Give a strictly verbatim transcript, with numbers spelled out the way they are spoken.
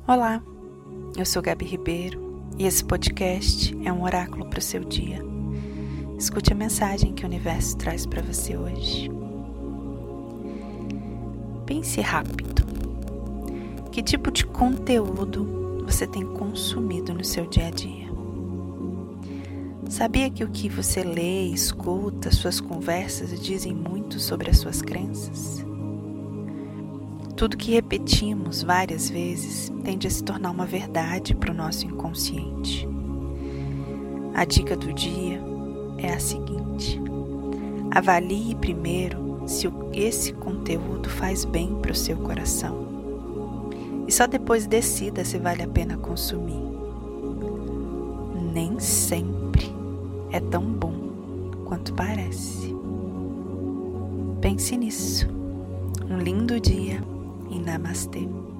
Olá, eu sou Gabi Ribeiro e esse podcast é um oráculo para o seu dia. Escute a mensagem que o universo traz para você hoje. Pense rápido. Que tipo de conteúdo você tem consumido no seu dia a dia? Sabia que o que você lê, escuta, suas conversas dizem muito sobre as suas crenças? Tudo que repetimos várias vezes tende a se tornar uma verdade para o nosso inconsciente. A dica do dia é a seguinte: avalie primeiro se esse conteúdo faz bem para o seu coração e só depois decida se vale a pena consumir. Nem sempre é tão bom quanto parece. Pense nisso. Um lindo dia e namastê.